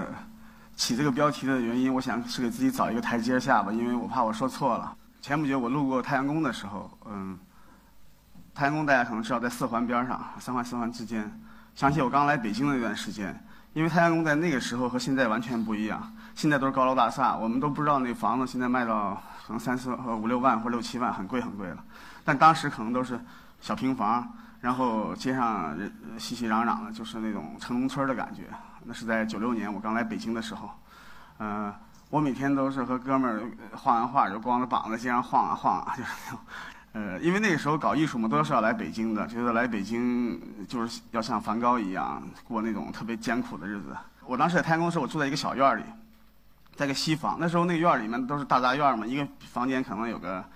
起这个标题的原因，我想是给自己找一个台阶下吧，因为我怕我说错了。前不久我路过太阳宫的时候，太阳宫大家可能知道在4环边上，3环4环之间。想起我刚来北京的那段时间，因为太阳宫在那个时候和现在完全不一样，现在都是高楼大厦，我们都不知道那房子现在卖到可能3、4、5、6万或者6、7万，很贵很贵了。但当时可能都是小平房，然后街上人熙熙攘攘的，就是那种城中村的感觉。那是在96年我刚来北京的时候，我每天都是和哥们儿画完画就光着膀子街上晃啊晃啊，就是那种。因为那个时候搞艺术嘛，都是要来北京的，觉得来北京就是要像梵高一样过那种特别艰苦的日子。我当时在太阳宫的时候，我住在一个小院里，在一个西房。那时候那个院里面都是大杂院嘛，一个房间可能有个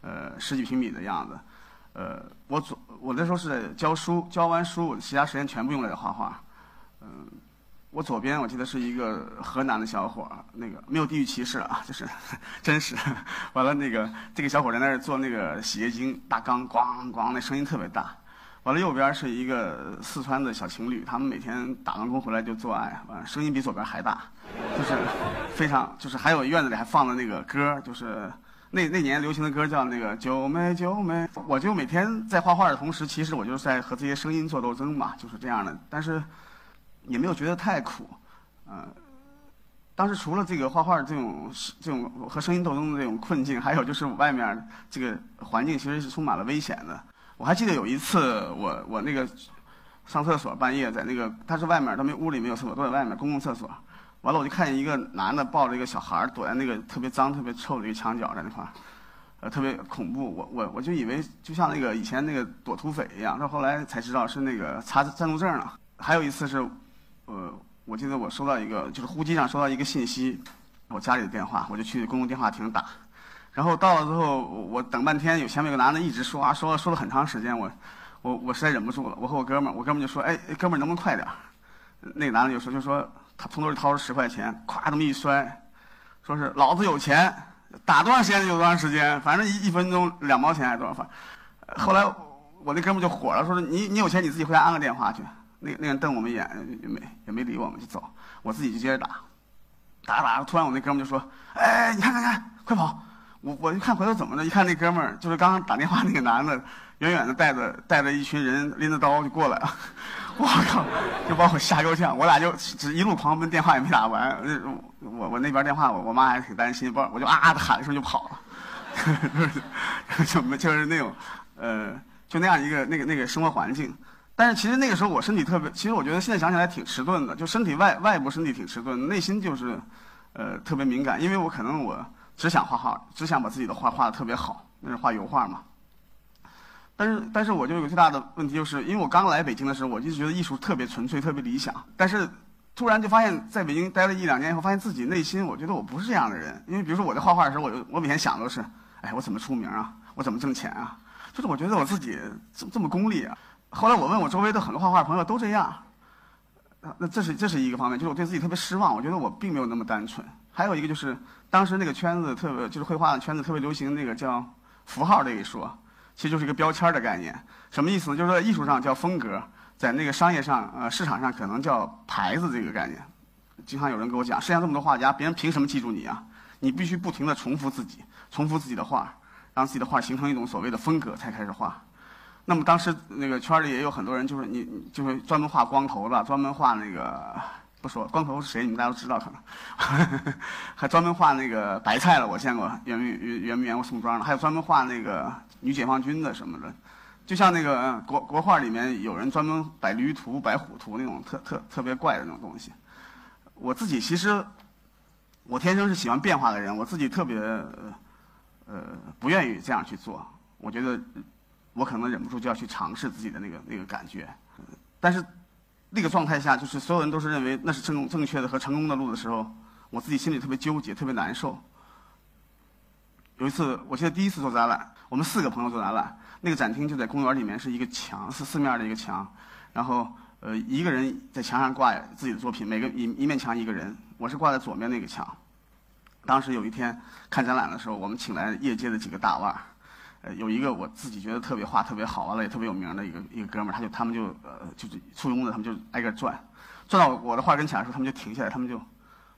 10几平米的样子。我那时候是在教书，教完书，我其他时间全部用来画画。我左边我记得是一个河南的小伙，那个没有地域歧视啊，就是真实。完了这个小伙在那儿做那个洗洁精，大缸咣咣，那声音特别大。完了右边是一个四川的小情侣，他们每天打完工回来就做爱，声音比左边还大，就是非常就是还有院子里还放的那个歌，就是那年流行的歌叫那个九妹九妹。我就每天在画画的同时，其实我就是在和这些声音做斗争嘛，就是这样的。但是也没有觉得太苦，当时除了这个画画这种和声音斗争的这种困境，还有就是外面这个环境其实是充满了危险的。我还记得有一次我那个上厕所半夜在那个，他是外面，他们屋里没有厕所，都在外面公共厕所。完了我就看见一个男的抱着一个小孩躲在那个特别脏特别臭的一个墙角在那块儿，特别恐怖。我就以为就像那个以前那个躲土匪一样，到后来才知道是那个查暂住证了。还有一次是我记得我收到一个，就是呼机上收到一个信息，我家里的电话，我就去公共电话亭打。然后到了之后，我等半天，前面有个男的一直说啊，说了很长时间，我实在忍不住了，我和我哥们儿就说，哎，哥们儿能不能快点？那个男的就说他从兜里掏出10块钱，咵这么一摔，说是老子有钱，打多长时间就有多长时间，反正1分钟2毛钱还是多少分。后来我那哥们儿就火了，说你有钱你自己回家安个电话去。那个人瞪我们一眼，也没理我们就走，我自己就接着打，突然我那哥们就说：“哎，你看，快跑！”我一看回头怎么着，一看那哥们儿就是刚刚打电话那个男的，远远的带着一群人拎着刀就过来了，我靠，就把我吓够呛。我俩就只一路狂奔，电话也没打完。我那边电话我妈还挺担心，我就啊的喊一声就跑了，就是那种就那样一个那个生活环境。但是其实那个时候我身体特别，其实我觉得现在想起来挺迟钝的，就身体外部身体挺迟钝，内心就是特别敏感，因为我可能我只想画画，只想把自己的画画得特别好，那是画油画嘛。但是我就有个最大的问题，就是因为我刚来北京的时候，我就觉得艺术特别纯粹，特别理想，但是突然就发现在北京待了1、2年以后，发现自己内心我觉得我不是这样的人。因为比如说我在画画的时候，我每天想的都是，哎，我怎么出名啊，我怎么挣钱啊，就是我觉得我自己这么功利啊。后来我问我周围的很多画画朋友都这样，那这是一个方面，就是我对自己特别失望，我觉得我并没有那么单纯。还有一个就是当时那个圈子就是绘画的圈子特别流行那个叫符号这一说，其实就是一个标签的概念。什么意思呢？就是在艺术上叫风格，在那个商业上市场上可能叫牌子这个概念。经常有人跟我讲，世界上这么多画家，别人凭什么记住你啊？你必须不停地重复自己的画，让自己的画形成一种所谓的风格才开始画。那么当时那个圈里也有很多人，就是你就是专门画光头的，专门画那个不说光头是谁，你们大家都知道可能，还专门画那个白菜了，我见过圆明园宋庄的，还有专门画那个女解放军的什么的，就像那个国画里面有人专门摆驴图、摆虎图那种特别怪的那种东西。我自己其实我天生是喜欢变化的人，我自己特别不愿意这样去做，我觉得。我可能忍不住就要去尝试自己的那个感觉，但是那个状态下，就是所有人都是认为那是正确的和成功的路的时候，我自己心里特别纠结，特别难受。有一次，我记得第一次做展览，我们4个朋友做展览，那个展厅就在公园里面，是一个墙，是4面的一个墙，然后一个人在墙上挂自己的作品，每个一面墙一个人，我是挂在左边那个墙。当时有一天看展览的时候，我们请来业界的几个大腕。有一个我自己觉得画特别好，完了也特别有名的一个哥们儿，他们就是簇拥着，他们就挨个转到我的画跟前的时候，他们就停下来，他们就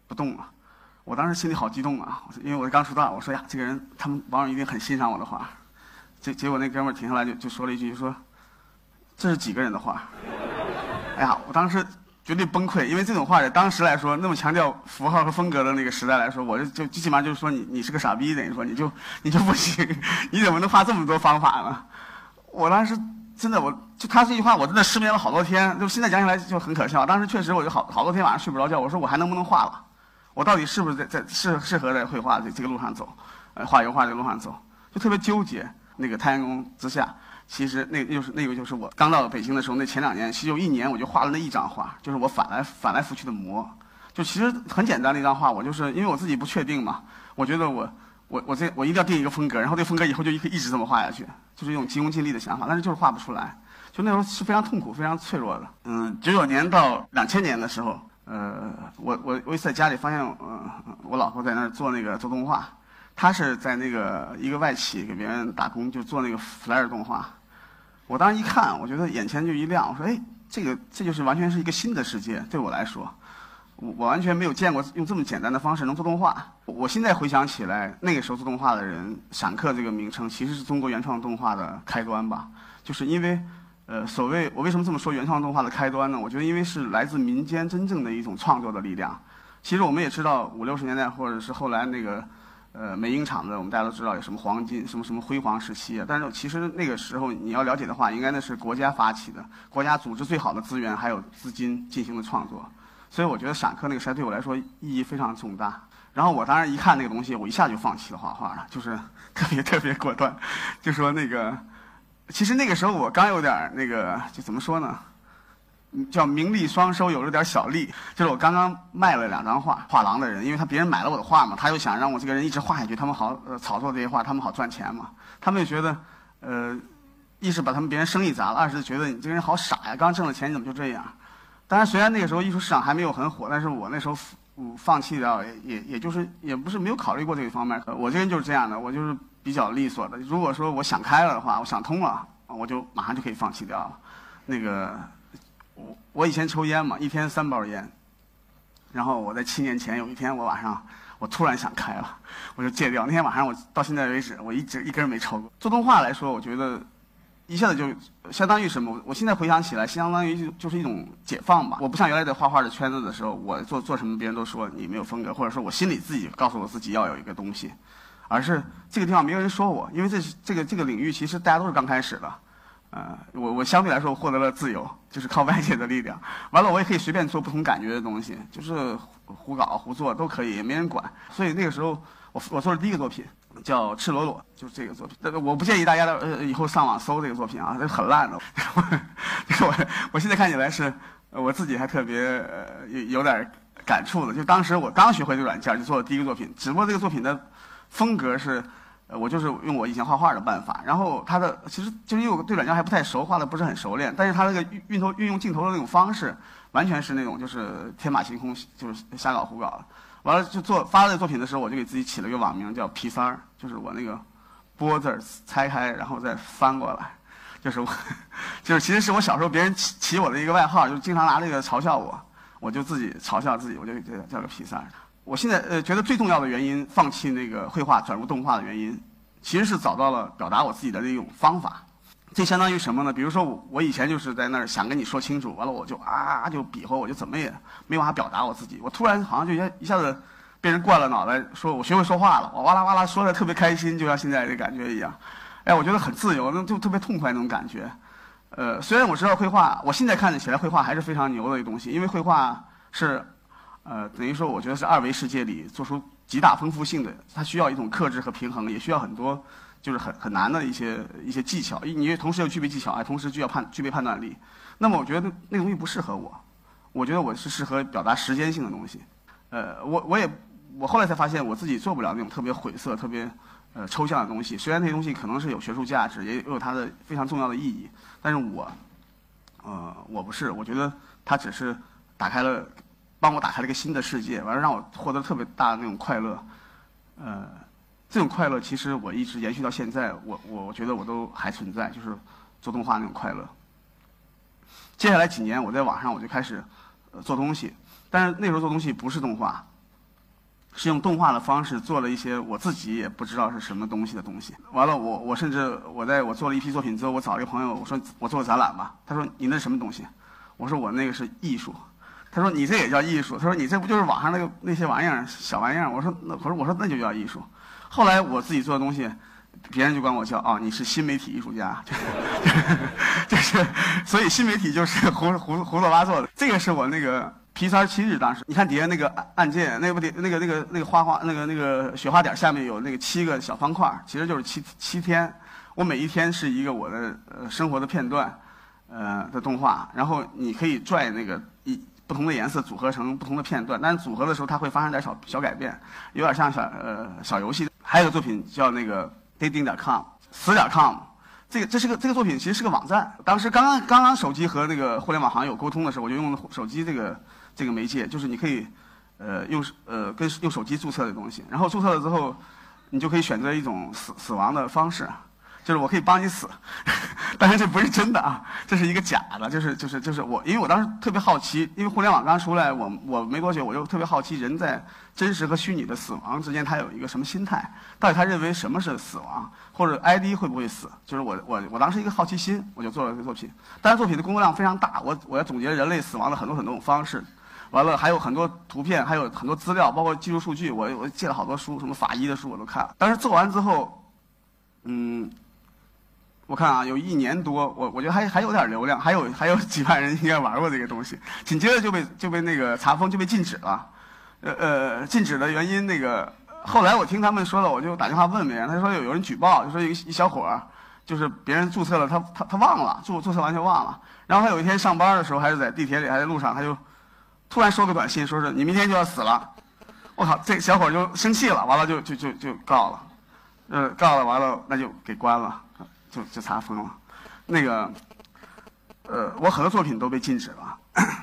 不动了。我当时心里好激动啊，因为我刚出道，我说呀，这个人他们网友一定很欣赏我的画。结果那哥们儿停下来就说了一句，就说这是几个人的画？哎呀，我当时绝对崩溃，因为这种画在当时来说，那么强调符号和风格的那个时代来说，我就基本上就是说你是个傻逼，等于说你就不行，你怎么能画这么多方法呢？我当时真的，他这句话我真的失眠了好多天，就现在讲起来就很可笑。当时确实我就好多天晚上睡不着觉，我说我还能不能画了？我到底是不是适合在绘画这个路上走，画油画这个路上走，就特别纠结。那个太阳宫之下，其实那个就是我刚到北京的时候，那前2年，其实有1年我就画了那一张画，就是我反来覆去的磨，就其实很简单的一张画，我就是因为我自己不确定嘛，我觉得我一定要定一个风格，然后这个风格以后就一直这么画下去，就是一种急功近利的想法，但是就是画不出来，就那时候是非常痛苦、非常脆弱的。99年到2000年的时候，我一次在家里发现，我老婆在那儿做动画。他是在那个一个外企给别人打工，就做那个 Flash 动画。我当时一看，我觉得眼前就一亮，我说：“哎，这就是完全是一个新的世界，对我来说，我完全没有见过用这么简单的方式能做动画。”我现在回想起来，那个时候做动画的人，闪客这个名称其实是中国原创动画的开端吧。就是因为，所谓我为什么这么说原创动画的开端呢？我觉得因为是来自民间真正的一种创作的力量。其实我们也知道，50、60年代或者是后来那个。美影厂的，我们大家都知道有什么黄金、什么辉煌时期啊。但是其实那个时候你要了解的话，应该那是国家发起的，国家组织最好的资源还有资金进行的创作。所以我觉得闪客那个时代对我来说意义非常重大。然后我当时一看那个东西，我一下就放弃了画画了，就是特别果断，就说其实那个时候我刚有点就怎么说呢？叫名利双收，有了点小利，就是我刚刚卖了2张画，画廊的人，因为别人买了我的画嘛，他就想让我这个人一直画下去，他们好炒作这些画，他们好赚钱嘛。他们就觉得，一是把别人生意砸了，二是觉得你这个人好傻呀，刚挣了钱你怎么就这样？当然，虽然那个时候艺术市场还没有很火，但是我那时候放弃掉，也不是没有考虑过这个方面。我这个人就是这样的，我就是比较利索的。如果说我想开了的话，我想通了，我就马上就可以放弃掉了。我以前抽烟嘛，1天3包烟，然后我在7年前有一天我晚上我突然想开了，我就戒掉。那天晚上我到现在为止我一根没抽过。做动画来说，我觉得一下子就相当于什么？我现在回想起来，相当于就是一种解放吧。我不像原来在画画的圈子的时候，我做什么别人都说你没有风格，或者说我心里自己告诉我自己要有一个东西，而是这个地方没有人说我，因为这个领域其实大家都是刚开始的。我相对来说获得了自由，就是靠外界的力量。完了，我也可以随便做不同感觉的东西，就是胡搞胡做都可以，也没人管。所以那个时候，我做的第一个作品叫《赤裸裸》，就是这个作品。我不建议大家以后上网搜这个作品啊，这很烂的。我现在看起来是我自己还特别有点感触的。就当时我刚学会这个软件，就做了第一个作品，只不过这个作品的风格是。我就是用我以前画画的办法，然后其实就是因为我对软件还不太熟，画的不是很熟练，但是它那个运用镜头的那种方式，完全是那种就是天马行空，就是瞎搞胡搞的。完了就发这个作品的时候，我就给自己起了一个网名叫皮三儿，就是我那个波字拆开然后再翻过来，就是其实是我小时候别人起我的一个外号，就经常拿这个嘲笑我就自己嘲笑自己，我就叫个皮三儿。我现在觉得最重要的原因，放弃那个绘画转入动画的原因，其实是找到了表达我自己的那种方法。这相当于什么呢？比如说我以前就是在那儿想跟你说清楚，完了我就就比划，我就怎么也没办法表达我自己。我突然好像就一下子被人灌了脑袋，说我学会说话了，我哇啦哇啦说的特别开心，就像现在这感觉一样。哎，我觉得很自由，那就特别痛快那种感觉。虽然我知道绘画，我现在看起来绘画还是非常牛的一个东西，因为绘画是。等于说，我觉得是2维世界里做出极大丰富性的，它需要一种克制和平衡，也需要很多就是很难的一些技巧。你同时要具备技巧，同时具备判断力。那么我觉得那个东西不适合我，我觉得我是适合表达时间性的东西。我后来才发现我自己做不了那种特别晦涩、特别抽象的东西。虽然那些东西可能是有学术价值，也有它的非常重要的意义，但是我不是，我觉得它只是帮我打开了一个新的世界，完了让我获得特别大的那种快乐。这种快乐其实我一直延续到现在，我觉得我都还存在，就是做动画那种快乐。接下来几年我在网上我就开始做东西，但是那时候做东西不是动画， 是用动画的方式做了一些我自己也不知道是什么东西的东西。完了，我甚至我做了一批作品之后，我找一个朋友，我说我做个展览吧。他说你那是什么东西？我说我那个是艺术。他说你这也叫艺术？他说你这不就是网上那些玩意儿小玩意儿？我说那就叫艺术。后来我自己做的东西，别人就管我叫你是新媒体艺术家，就是所以新媒体就是胡说八道的。这个是我那个P37日当时，你看底下那个按键，那个花那个雪花点下面有那个7个小方块，其实就是七天。我每一天是一个我的生活的片段，的动画，然后你可以拽那个不同的颜色组合成不同的片段，但是组合的时候它会发生点小改变，有点像小游戏。还有个作品叫那个 dating.com 死.com， 这个作品其实是个网站。当时刚刚手机和那个互联网行业有沟通的时候，我就用手机这个媒介，就是你可以用手机注册的东西，然后注册了之后，你就可以选择一种死亡的方式。就是我可以帮你死，但是这不是真的啊，这是一个假的。就是我，因为我当时特别好奇，因为互联网刚出来，我没多久，我就特别好奇，人在真实和虚拟的死亡之间，他有一个什么心态？到底他认为什么是死亡，或者 ID 会不会死？就是我当时一个好奇心，我就做了这个作品。但是作品的工作量非常大，我要总结人类死亡的很多种方式，完了还有很多图片，还有很多资料，包括技术数据，我借了好多书，什么法医的书我都看了。当时做完之后，我看啊，有1年多，我觉得还有点流量，还有几万人应该玩过这个东西。紧接着就被那个查封，就被禁止了。禁止的原因后来我听他们说了，我就打电话问别人，他说有人举报，就说一小伙儿，就是别人注册了，他忘了注册完就忘了。然后他有一天上班的时候，还是在地铁里，还在路上，他就突然收个短信，说是你明天就要死了。我靠，这小伙儿就生气了，完了就告了，告了完了那就给关了。就查封了，我很多作品都被禁止了，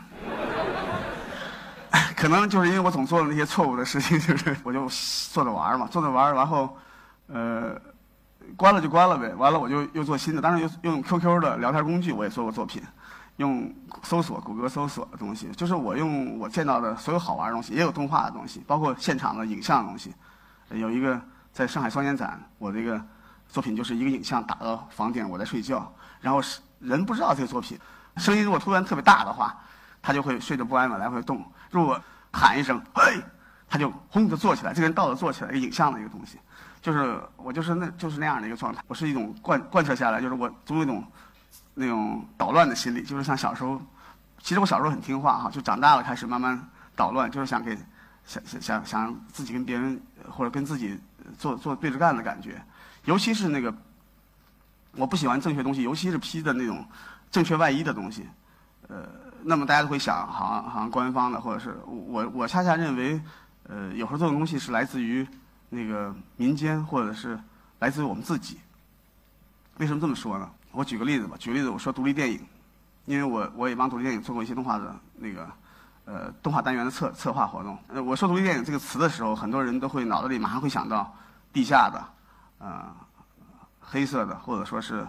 可能就是因为我总做的那些错误的事情，就是我就做着玩嘛，然后关了就关了呗，完了我就又做新的，当然用 QQ 的聊天工具我也做过作品，用谷歌搜索的东西，就是我用我见到的所有好玩的东西，也有动画的东西，包括现场的影像的东西，有一个在上海双年展，我这个作品就是一个影像打到房顶，我在睡觉，然后人不知道这个作品，声音如果突然特别大的话，他就会睡得不安稳来回动；如果喊一声嘿，他就轰就坐起来，这个人倒着坐起来，一个影像的一个东西，我就是那样的一个状态。我是一种贯彻下来，就是我总有一种那种捣乱的心理，就是像小时候，其实我小时候很听话哈，就长大了开始慢慢捣乱，就是想自己跟别人或者跟自己做对着干的感觉。尤其是我不喜欢正确东西，尤其是批的那种正确外衣的东西，那么大家都会想，好像官方的，或者是我恰恰认为，有时候这种东西是来自于那个民间，或者是来自于我们自己。为什么这么说呢？我举个例子吧，我说独立电影，因为我也帮独立电影做过一些动画的动画单元的策划活动。我说独立电影这个词的时候，很多人都会脑子里马上会想到地下的。黑色的，或者说是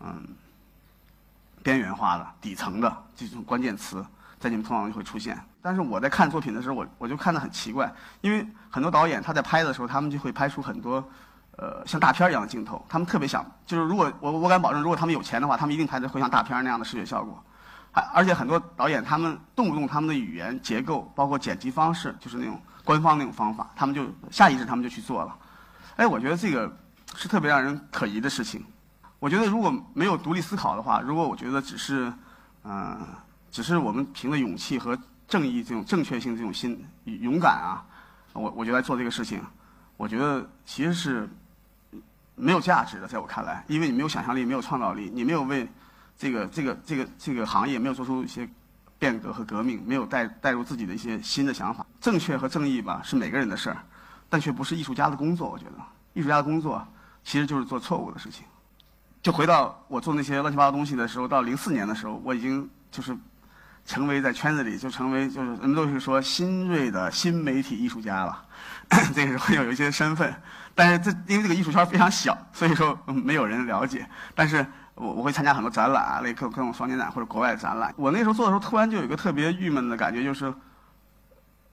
边缘化的、底层的这种关键词，在你们头脑中就会出现。但是我在看作品的时候，我就看得很奇怪，因为很多导演他在拍的时候，他们就会拍出很多像大片一样的镜头，他们特别想，就是如果我敢保证，如果他们有钱的话，他们一定拍的会像大片那样的视觉效果。而且很多导演他们动不动他们的语言结构，包括剪辑方式，就是那种官方那种方法，他们就下意识他们就去做了。我觉得这个是特别让人可疑的事情。我觉得如果没有独立思考的话，如果我觉得只是我们凭着勇气和正义这种正确性这种勇敢啊，我觉得来做这个事情，我觉得其实是没有价值的，在我看来，因为你没有想象力，没有创造力，你没有为这个行业没有做出一些变革和革命，没有带入自己的一些新的想法。正确和正义吧，是每个人的事儿，但却不是艺术家的工作。我觉得艺术家的工作其实就是做错误的事情。就回到我做那些乱七八糟东西的时候，到04年的时候，我已经就是成为在圈子里就是人们都是说新锐的新媒体艺术家了，这个时候有一些身份，但是因为这个艺术圈非常小，所以说没有人了解。但是我会参加很多展览啊，各种双年展或者国外的展览。我那时候做的时候，突然就有一个特别郁闷的感觉，就是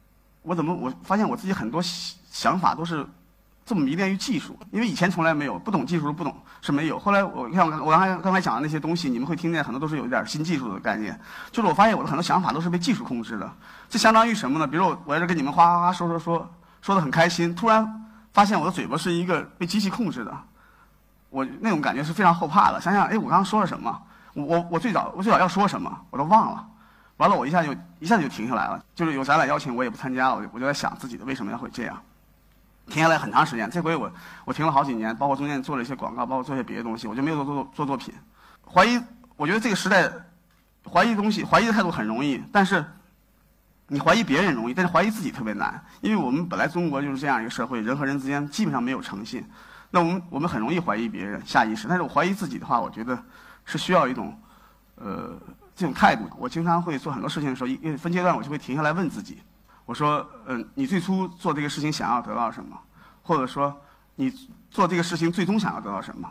我发现我自己很多想法都是这么迷恋于技术，因为以前从来没有，不懂技术不懂是没有。后来我刚才讲的那些东西，你们会听见很多都是有一点新技术的概念，就是我发现我的很多想法都是被技术控制的。这相当于什么呢？比如我在这跟你们哗哗哗说得很开心，突然发现我的嘴巴是一个被机器控制的，我那种感觉是非常后怕的。想想，哎，我刚刚说了什么？我最早要说什么，我都忘了。完了，我一下子就停下来了。就是有展览邀请，我也不参加了。我就在想自己的为什么要会这样，停下来很长时间。这回我停了好几年，包括中间做了一些广告，包括做一些别的东西，我就没有做作品。怀疑，我觉得这个时代怀疑东西，怀疑的态度很容易，但是你怀疑别人容易，但是怀疑自己特别难。因为我们本来中国就是这样一个社会，人和人之间基本上没有诚信，那我们很容易怀疑别人，下意识。但是我怀疑自己的话，我觉得是需要一种这种态度。我经常会做很多事情的时候，一分阶段我就会停下来问自己，我说你最初做这个事情想要得到什么？或者说你做这个事情最终想要得到什么？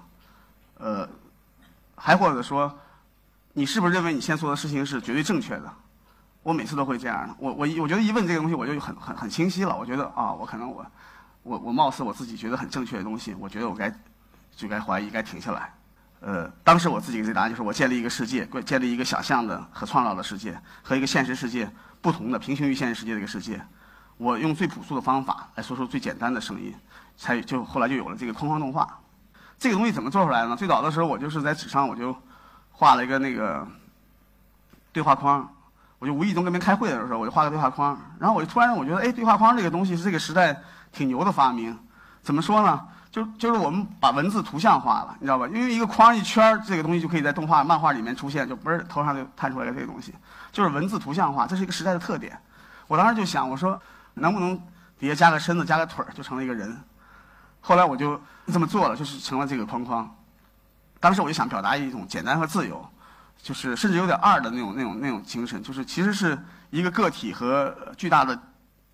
还或者说你是不是认为你现在做的事情是绝对正确的？我每次都会这样的。我觉得一问这个东西我就很清晰了。我觉得啊，我可能我貌似我自己觉得很正确的东西，我觉得我该怀疑，该停下来。当时我自己给这答案就是我建立一个世界，建立一个想象的和创造的世界，和一个现实世界不同的平行于现实世界的一个世界。我用最朴素的方法来说出最简单的声音，后来就有了这个框框动画。这个东西怎么做出来的呢？最早的时候我就是在纸上我就画了一个那个对话框，我就无意中跟别人开会的时候我就画个对话框，然后我就突然我觉得，哎，对话框这个东西是这个时代挺牛的发明。怎么说呢？就是我们把文字图像化了，你知道吧？因为一个框一圈，这个东西就可以在动画、漫画里面出现，就不是头上就探出来这个东西，就是文字图像化，这是一个时代的特点。我当时就想，我说能不能底下加个身子、加个腿儿，就成了一个人。后来我就这么做了，就是成了这个框框。当时我就想表达一种简单和自由，就是甚至有点二的那种精神，就是其实是一个个体和巨大的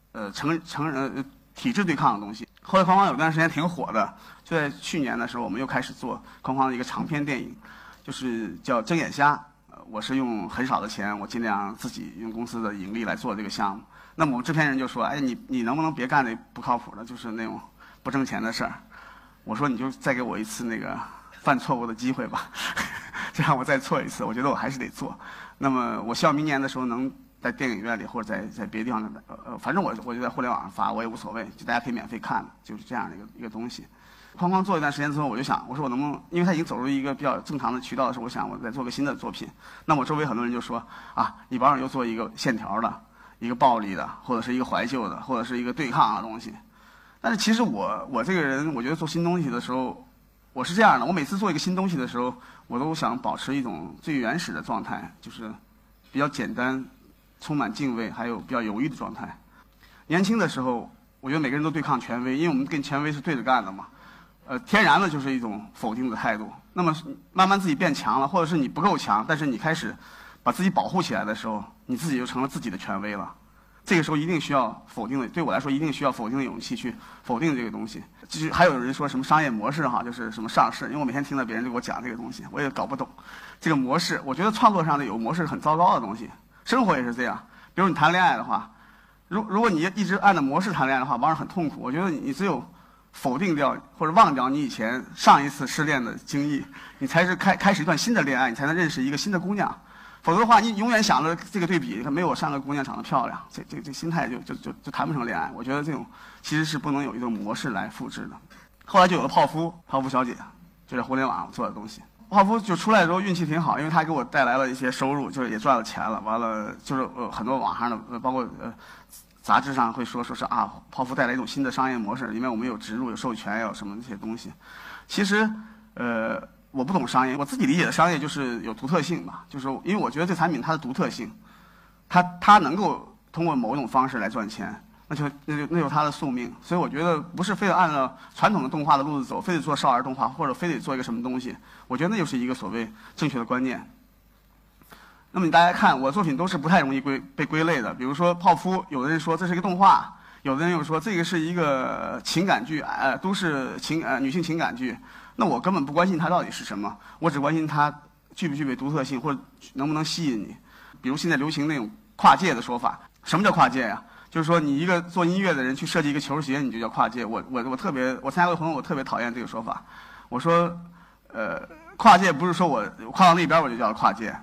体制对抗的东西。后来框框有段时间挺火的，就在去年的时候，我们又开始做框框的一个长篇电影，就是叫《睁眼瞎》。我是用很少的钱，我尽量自己用公司的盈利来做这个项目。那么我们制片人就说：“哎，你能不能别干那不靠谱的，就是那种不挣钱的事儿？”我说：“你就再给我一次那个犯错误的机会吧，这样我再错一次，我觉得我还是得做。那么我希望明年的时候能在电影院里或者在别的地方反正我就在互联网上发，我也无所谓，就大家可以免费看，就是这样的一个东西。框框做一段时间之后，我就想，我说我能不能，因为他已经走入一个比较正常的渠道的时候，我想我再做个新的作品。那我周围很多人就说啊，你保准又做一个线条的、一个暴力的，或者是一个怀旧的，或者是一个对抗的东西。但是其实我这个人，我觉得做新东西的时候，我是这样的，我每次做一个新东西的时候，我都想保持一种最原始的状态，就是比较简单、充满敬畏，还有比较犹豫的状态。年轻的时候，我觉得每个人都对抗权威，因为我们跟权威是对着干的嘛。天然的就是一种否定的态度。那么慢慢自己变强了，或者是你不够强，但是你开始把自己保护起来的时候，你自己就成了自己的权威了。这个时候一定需要否定的，对我来说一定需要否定的勇气去否定这个东西。就是还有人说什么商业模式哈，就是什么上市，因为我每天听到别人就给我讲这个东西，我也搞不懂这个模式。我觉得创作上的有模式是很糟糕的东西，生活也是这样。比如你谈恋爱的话，如果你一直按照模式谈恋爱的话，往往很痛苦。我觉得你只有否定掉或者忘掉你以前上一次失恋的经历，你才是开始一段新的恋爱，你才能认识一个新的姑娘。否则的话，你永远想着这个对比，没有我上个姑娘长得漂亮，这心态就谈不成恋爱。我觉得这种其实是不能有一种模式来复制的。后来就有了泡芙小姐，就在互联网上做的东西。泡芙就出来的时候运气挺好，因为它给我带来了一些收入，就是也赚了钱了。完了就是很多网上的包括杂志上会说是啊，泡芙带来一种新的商业模式，里面我们有植入、有授权、有什么这些东西。其实我不懂商业，我自己理解的商业就是有独特性吧，就是因为我觉得这产品它的独特性，它能够通过某种方式来赚钱，那就它的宿命。所以我觉得不是非得按照传统的动画的路子走，非得做少儿动画，或者非得做一个什么东西，我觉得那就是一个所谓正确的观念。那么大家看，我的作品都是不太容易被归类的。比如说泡芙，有的人说这是一个动画，有的人又说这个是一个情感剧，都市女性情感剧。那我根本不关心它到底是什么，我只关心它具不具备独特性，或者能不能吸引你。比如现在流行那种跨界的说法，什么叫跨界呀？ 就是说你一个做音乐的人去设计一个球鞋，你就叫跨界。我参加过活动，我特别讨厌这个说法。我说，跨界不是说我跨到那边我就叫跨界。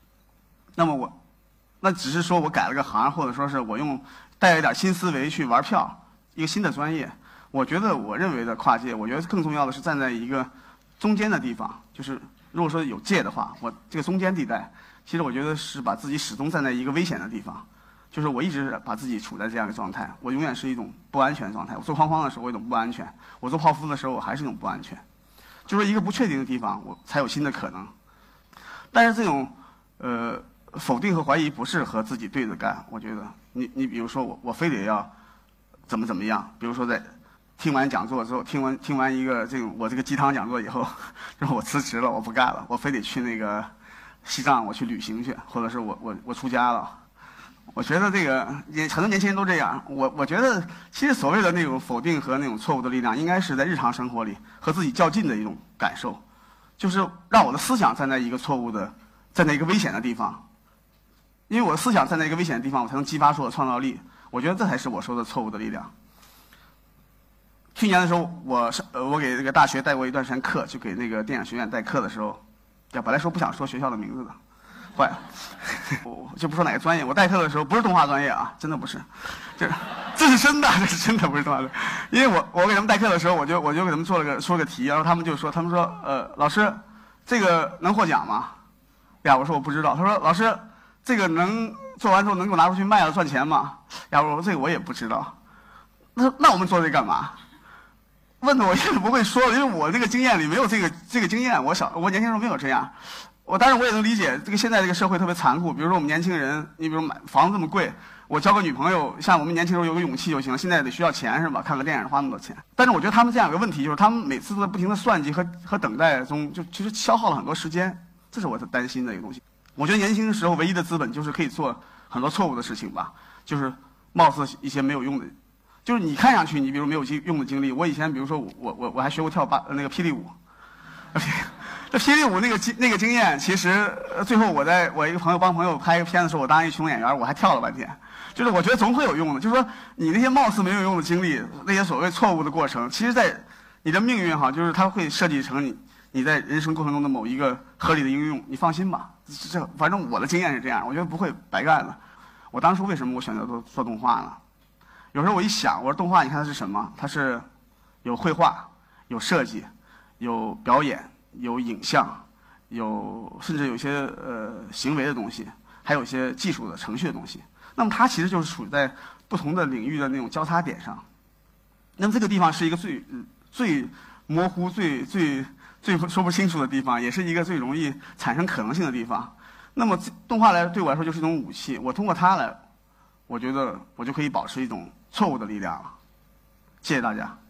那只是说我改了个行，或者说是我带一点新思维去玩票，一个新的专业。我认为的跨界，我觉得更重要的是站在一个中间的地方，就是如果说有界的话，我这个中间地带，其实我觉得是把自己始终站在一个危险的地方。就是我一直把自己处在这样一个状态，我永远是一种不安全的状态。我做框框的时候，我有一种不安全；我做泡芙的时候，我还是一种不安全。就是一个不确定的地方，我才有新的可能。但是这种否定和怀疑不是和自己对着干。我觉得你比如说我非得要怎么样，比如说在听完讲座之后，听完一个我这个鸡汤讲座以后，然后我辞职了，我不干了，我非得去那个西藏我去旅行去，或者是我出家了。我觉得很多年轻人都这样。我觉得其实所谓的那种否定和那种错误的力量，应该是在日常生活里和自己较劲的一种感受，就是让我的思想站在一个站在一个危险的地方，因为我的思想站在一个危险的地方，我才能激发出我的创造力。我觉得这才是我说的错误的力量。去年的时候，我给这个大学带过一段时间课，就给那个电影学院带课的时候，本来说不想说学校的名字的。坏了，我就不说哪个专业。我代课的时候不是动画专业啊，真的不是，这是真的，这是真的不是动画专业。因为我给他们代课的时候，我就给他们说了个题，然后他们说老师，这个能获奖吗？呀，我说我不知道。他说老师，这个做完之后能够拿出去卖了赚钱吗？呀，我说这个我也不知道。那我们做这干嘛？问的我也不会说，因为我这个经验里没有这个经验。我年轻时候没有这样。当然我也能理解现在这个社会特别残酷。比如说我们年轻人，你比如买房子这么贵，我交个女朋友，像我们年轻时候有个勇气就行了。现在得需要钱是吧？看个电影花那么多钱。但是我觉得他们这样有个问题，就是他们每次都在不停的算计和等待中，就其实消耗了很多时间。这是我担心的一个东西。我觉得年轻的时候唯一的资本就是可以做很多错误的事情吧，就是貌似一些没有用的，就是你看上去你比如没有用的经历。我以前比如说我还学过跳那个霹雳舞。这霹雳舞那个经验，其实最后我一个帮朋友拍一个片子的时候，我当一群众演员，我还跳了半天。就是我觉得总会有用的。就是说你那些貌似没有用的经历，那些所谓错误的过程，其实在你的命运就是它会设计成你在人生过程中的某一个合理的应用。你放心吧，反正我的经验是这样，我觉得不会白干的。我当初为什么我选择做动画呢？有时候我一想，我说动画你看它是什么？它是有绘画、有设计、有表演、有影像，甚至有一些行为的东西，还有一些技术的程序的东西。那么它其实就是处在不同的领域的那种交叉点上。那么这个地方是一个最模糊、最说不清楚的地方，也是一个最容易产生可能性的地方。那么动画对我来说就是一种武器，我通过它来，我觉得我就可以保持一种错误的力量了。谢谢大家。